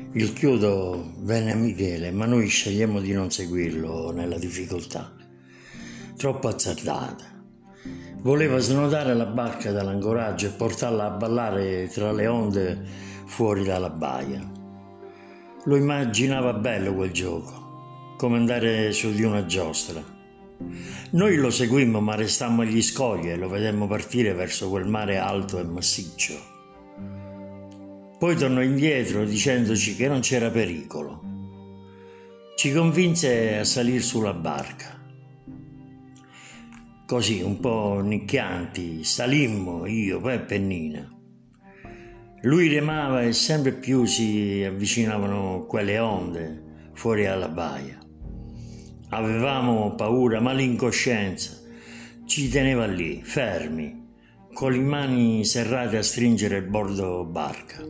Il chiodo venne a Michele, ma noi scegliemmo di non seguirlo nella difficoltà. Troppo azzardata. Voleva snodare la barca dall'ancoraggio e portarla a ballare tra le onde fuori dalla baia. Lo immaginava bello quel gioco, come andare su di una giostra. Noi lo seguimmo, ma restammo agli scogli e lo vedemmo partire verso quel mare alto e massiccio. Poi tornò indietro dicendoci che non c'era pericolo. Ci convinse a salire sulla barca. Così, un po' nicchianti, salimmo io, Peppe e Nina. Lui remava e sempre più si avvicinavano quelle onde fuori alla baia. Avevamo paura, ma l'incoscienza ci teneva lì, fermi, con le mani serrate a stringere il bordo barca.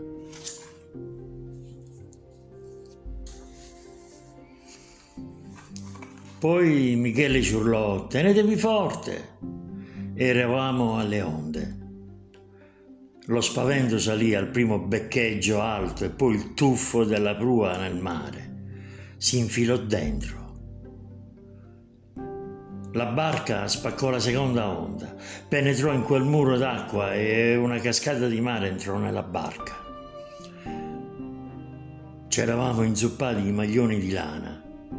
Poi Michele ci urlò: "Tenetevi forte!" Eravamo alle onde. Lo spavento salì al primo beccheggio alto e poi il tuffo della prua nel mare. Si infilò dentro. La barca spaccò la seconda onda, penetrò in quel muro d'acqua e una cascata di mare entrò nella barca. C'eravamo inzuppati di maglioni di lana.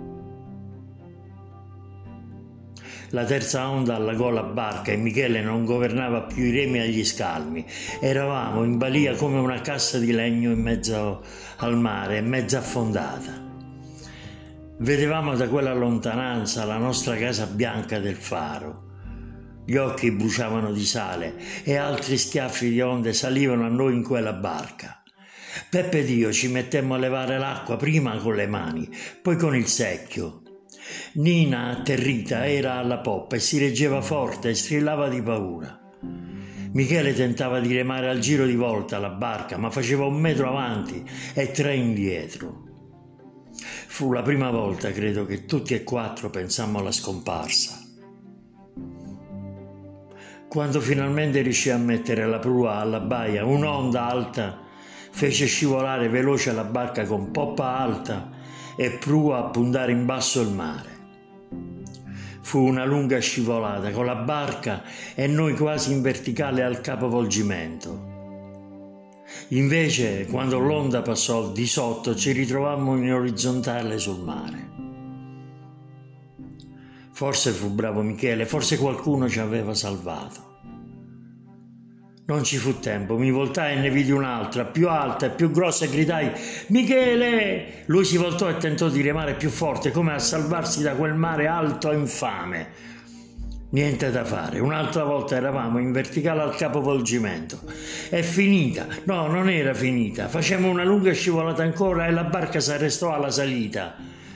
La terza onda allagò la barca e Michele non governava più i remi agli scalmi. Eravamo in balia come una cassa di legno in mezzo al mare, mezza affondata. Vedevamo da quella lontananza la nostra casa bianca del faro. Gli occhi bruciavano di sale e altri schiaffi di onde salivano a noi in quella barca. Peppe ed io ci mettemmo a levare l'acqua prima con le mani, poi con il secchio. Nina, atterrita, era alla poppa e si reggeva forte e strillava di paura. Michele tentava di remare al giro di volta la barca, ma faceva 1 metro avanti e 3 indietro. Fu la prima volta, credo, che tutti e 4 pensammo alla scomparsa. Quando finalmente riuscì a mettere la prua alla baia, un'onda alta fece scivolare veloce la barca con poppa alta e prua a puntare in basso il mare. Fu una lunga scivolata con la barca e noi quasi in verticale al capovolgimento. Invece, quando l'onda passò di sotto, ci ritrovammo in orizzontale sul mare. Forse fu bravo Michele, forse qualcuno ci aveva salvato. Non ci fu tempo, mi voltai e ne vidi un'altra, più alta e più grossa, e gridai: "Michele!" Lui si voltò e tentò di remare più forte, come a salvarsi da quel mare alto e infame. Niente da fare, un'altra volta eravamo in verticale al capovolgimento. È finita. No, non era finita. Facemmo una lunga scivolata ancora e la barca si arrestò alla salita.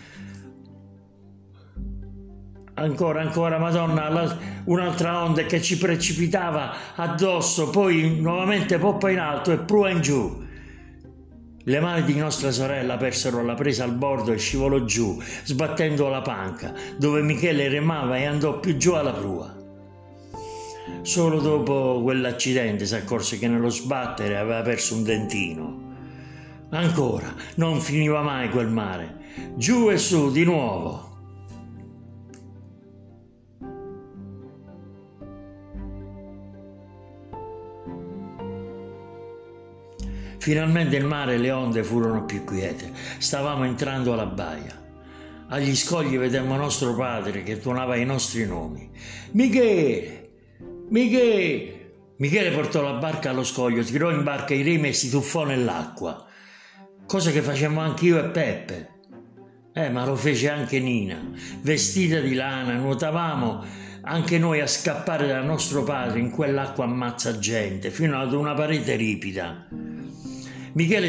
Ancora, Madonna, un'altra onda che ci precipitava addosso, poi nuovamente poppa in alto e prua in giù. Le mani di nostra sorella persero la presa al bordo e scivolò giù, sbattendo la panca, dove Michele remava e andò più giù alla prua. Solo dopo quell'accidente si accorse che nello sbattere aveva perso un dentino. Ancora, non finiva mai quel mare. Giù e su di nuovo. Finalmente il mare e le onde furono più quiete. Stavamo entrando alla baia. Agli scogli vedemmo nostro padre che tuonava i nostri nomi. Michele! Michele! Michele portò la barca allo scoglio, tirò in barca i remi e si tuffò nell'acqua. Cosa che facemmo anch'io e Peppe. Ma lo fece anche Nina. Vestita di lana, nuotavamo anche noi a scappare da nostro padre in quell'acqua ammazza gente, fino ad una parete ripida. Michele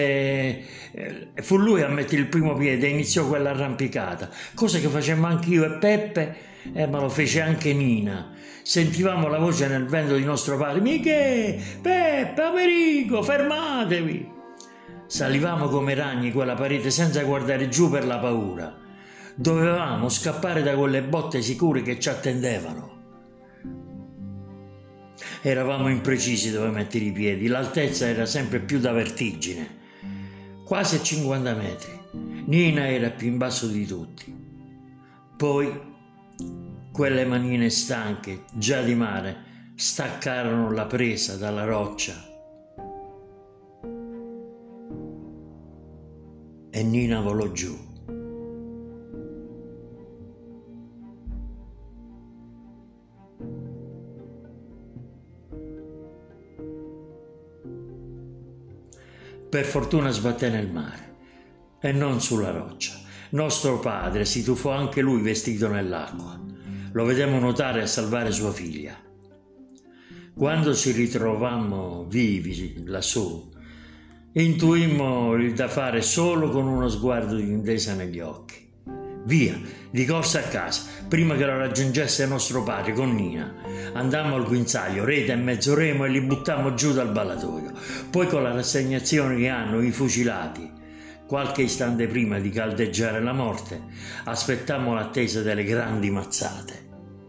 fu lui a mettere il primo piede e iniziò quell'arrampicata, cosa che facemmo anch'io e Peppe, ma lo fece anche Nina. Sentivamo la voce nel vento di nostro padre: "Michele, Peppe, Americo, fermatevi!" Salivamo come ragni quella parete senza guardare giù per la paura. Dovevamo scappare da quelle botte sicure che ci attendevano. Eravamo imprecisi dove mettere i piedi, l'altezza era sempre più da vertigine. quasi a 50 metri. Nina era più in basso di tutti. Poi quelle manine stanche, già di mare, staccarono la presa dalla roccia e Nina volò giù. Per fortuna sbatté nel mare e non sulla roccia. Nostro padre si tuffò anche lui vestito nell'acqua. Lo vedemmo nuotare a salvare sua figlia. Quando ci ritrovammo vivi lassù, intuimmo il da fare solo con uno sguardo di intesa negli occhi. Via, di corsa a casa, prima che lo raggiungesse nostro padre con Nina. Andammo al guinzaglio, rete e mezzo remo e li buttammo giù dal ballatoio. Poi, con la rassegnazione che hanno i fucilati, qualche istante prima di caldeggiare la morte, aspettammo l'attesa delle grandi mazzate.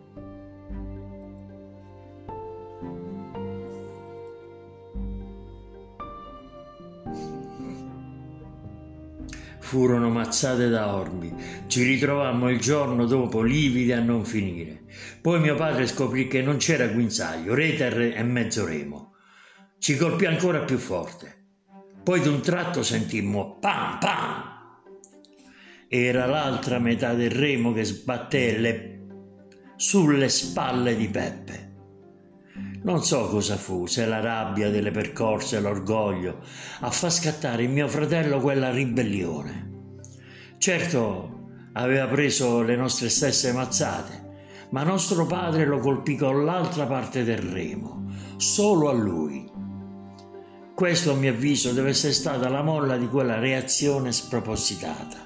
Furono mazzate da orbi. Ci ritrovammo il giorno dopo lividi a non finire. Poi mio padre scoprì che non c'era guinzaglio, rete e mezzo remo. Ci colpì ancora più forte. Poi d'un tratto sentimmo pam pam. Era l'altra metà del remo che sbatté sulle spalle di Peppe. Non so cosa fu, se la rabbia delle percorse, l'orgoglio, a far scattare in mio fratello quella ribellione. Certo, aveva preso le nostre stesse mazzate, ma nostro padre lo colpì con l'altra parte del remo, solo a lui. Questo, a mio avviso, deve essere stata la molla di quella reazione spropositata.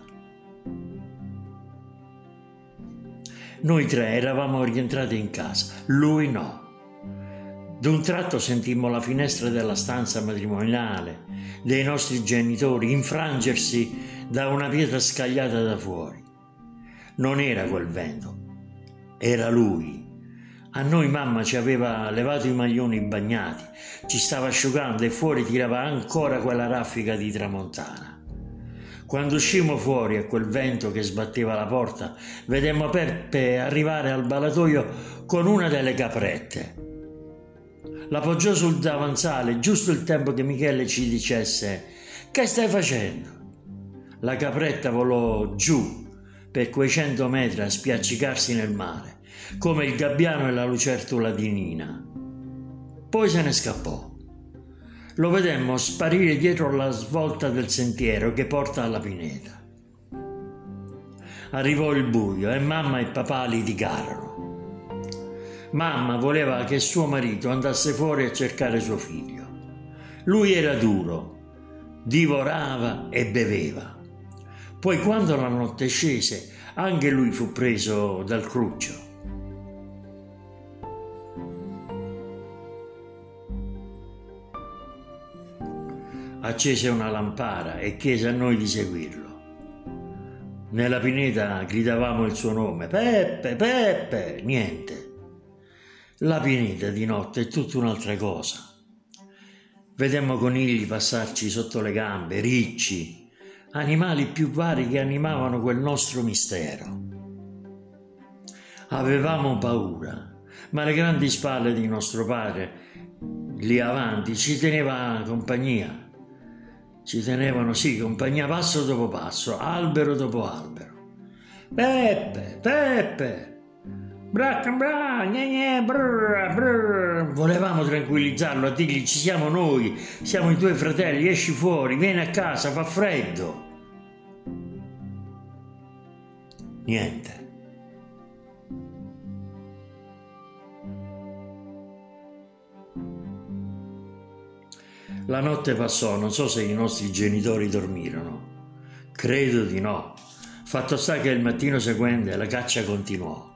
Noi tre eravamo rientrati in casa, lui no. D'un tratto sentimmo la finestra della stanza matrimoniale dei nostri genitori infrangersi da una pietra scagliata da fuori. Non era quel vento, era lui. A noi mamma ci aveva levato i maglioni bagnati, ci stava asciugando e fuori tirava ancora quella raffica di tramontana. Quando uscimmo fuori a quel vento che sbatteva la porta, vedemmo Peppe arrivare al ballatoio con una delle caprette. L'appoggiò sul davanzale, giusto il tempo che Michele ci dicesse: «Che stai facendo?» La capretta volò giù per quei 100 metri a spiaccicarsi nel mare, come il gabbiano e la lucertola di Nina. Poi se ne scappò. Lo vedemmo sparire dietro la svolta del sentiero che porta alla pineta. Arrivò il buio e mamma e papà litigarono. Mamma voleva che suo marito andasse fuori a cercare suo figlio. Lui era duro, divorava e beveva. Poi, quando la notte scese, anche lui fu preso dal cruccio. Accese una lampara e chiese a noi di seguirlo. Nella pineta gridavamo il suo nome: «Peppe, Peppe!» Niente. La pineta di notte è tutta un'altra cosa. Vedemmo conigli passarci sotto le gambe, ricci, animali più vari che animavano quel nostro mistero. Avevamo paura, ma le grandi spalle di nostro padre, lì avanti, ci teneva compagnia. Ci tenevano, sì, compagnia passo dopo passo, albero dopo albero. «Peppe, Peppe!» Volevamo tranquillizzarlo, a dirgli: «Ci siamo noi, siamo i tuoi fratelli, esci fuori, vieni a casa, fa freddo». Niente. La notte passò, non so se i nostri genitori dormirono. Credo di no. Fatto sta che il mattino seguente la caccia continuò.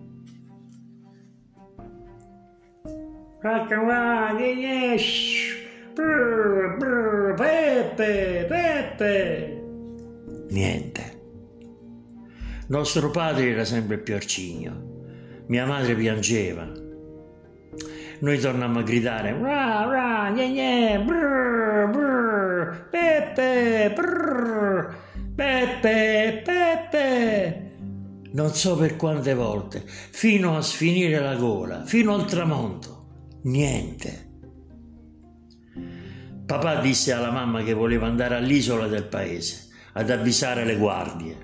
Peppe, Peppe. Niente. Nostro padre era sempre più arcigno. Mia madre piangeva. Noi tornammo a gridare: «Ra, ra, gne, gne, brr, brr, Peppe, prrr, Peppe, Peppe. Non so per quante volte, fino a sfinire la gola, fino al tramonto. Niente. Papà disse alla mamma che voleva andare all'isola del paese ad avvisare le guardie.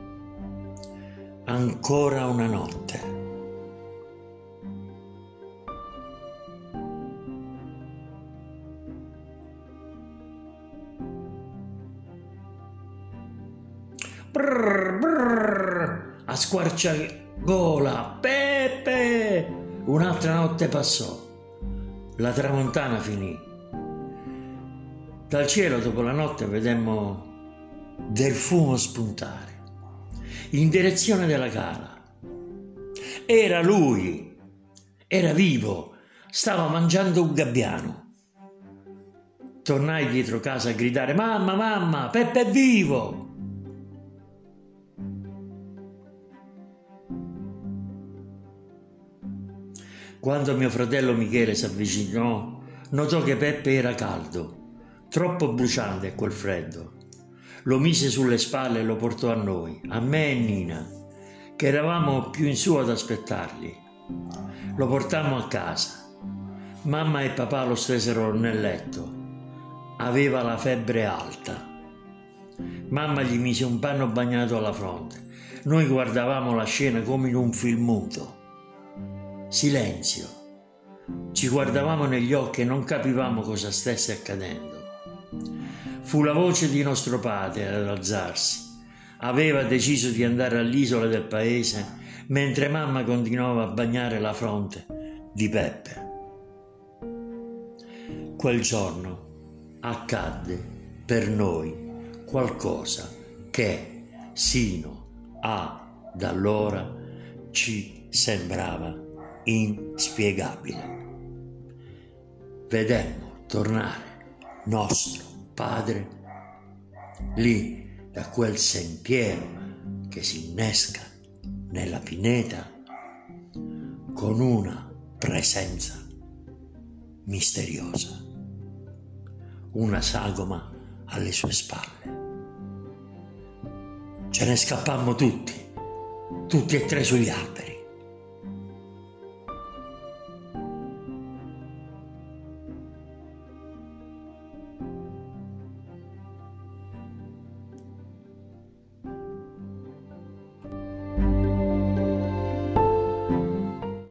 Ancora una notte. Brrr, brrr, a squarciagola, Peppe! Un'altra notte passò. La tramontana finì. Dal cielo dopo la notte vedemmo del fumo spuntare in direzione della cala. Era lui, era vivo, stava mangiando un gabbiano. Tornai dietro casa a gridare: mamma, mamma, Peppe è vivo! Quando mio fratello Michele si avvicinò, notò che Peppe era caldo, troppo bruciante quel freddo. Lo mise sulle spalle e lo portò a noi, a me e Nina, che eravamo più in su ad aspettarli. Lo portammo a casa. Mamma e papà lo stesero nel letto. Aveva la febbre alta. Mamma gli mise un panno bagnato alla fronte. Noi guardavamo la scena come in un film muto. Silenzio. Ci guardavamo negli occhi e non capivamo cosa stesse accadendo. Fu la voce di nostro padre ad alzarsi. Aveva deciso di andare all'isola del paese mentre mamma continuava a bagnare la fronte di Peppe. Quel giorno accadde per noi qualcosa che sino ad allora ci sembrava inspiegabile. Vedemmo tornare nostro padre lì da quel sentiero che si innesca nella pineta con una presenza misteriosa, una sagoma alle sue spalle. Ce ne scappammo tutti e tre sugli alberi.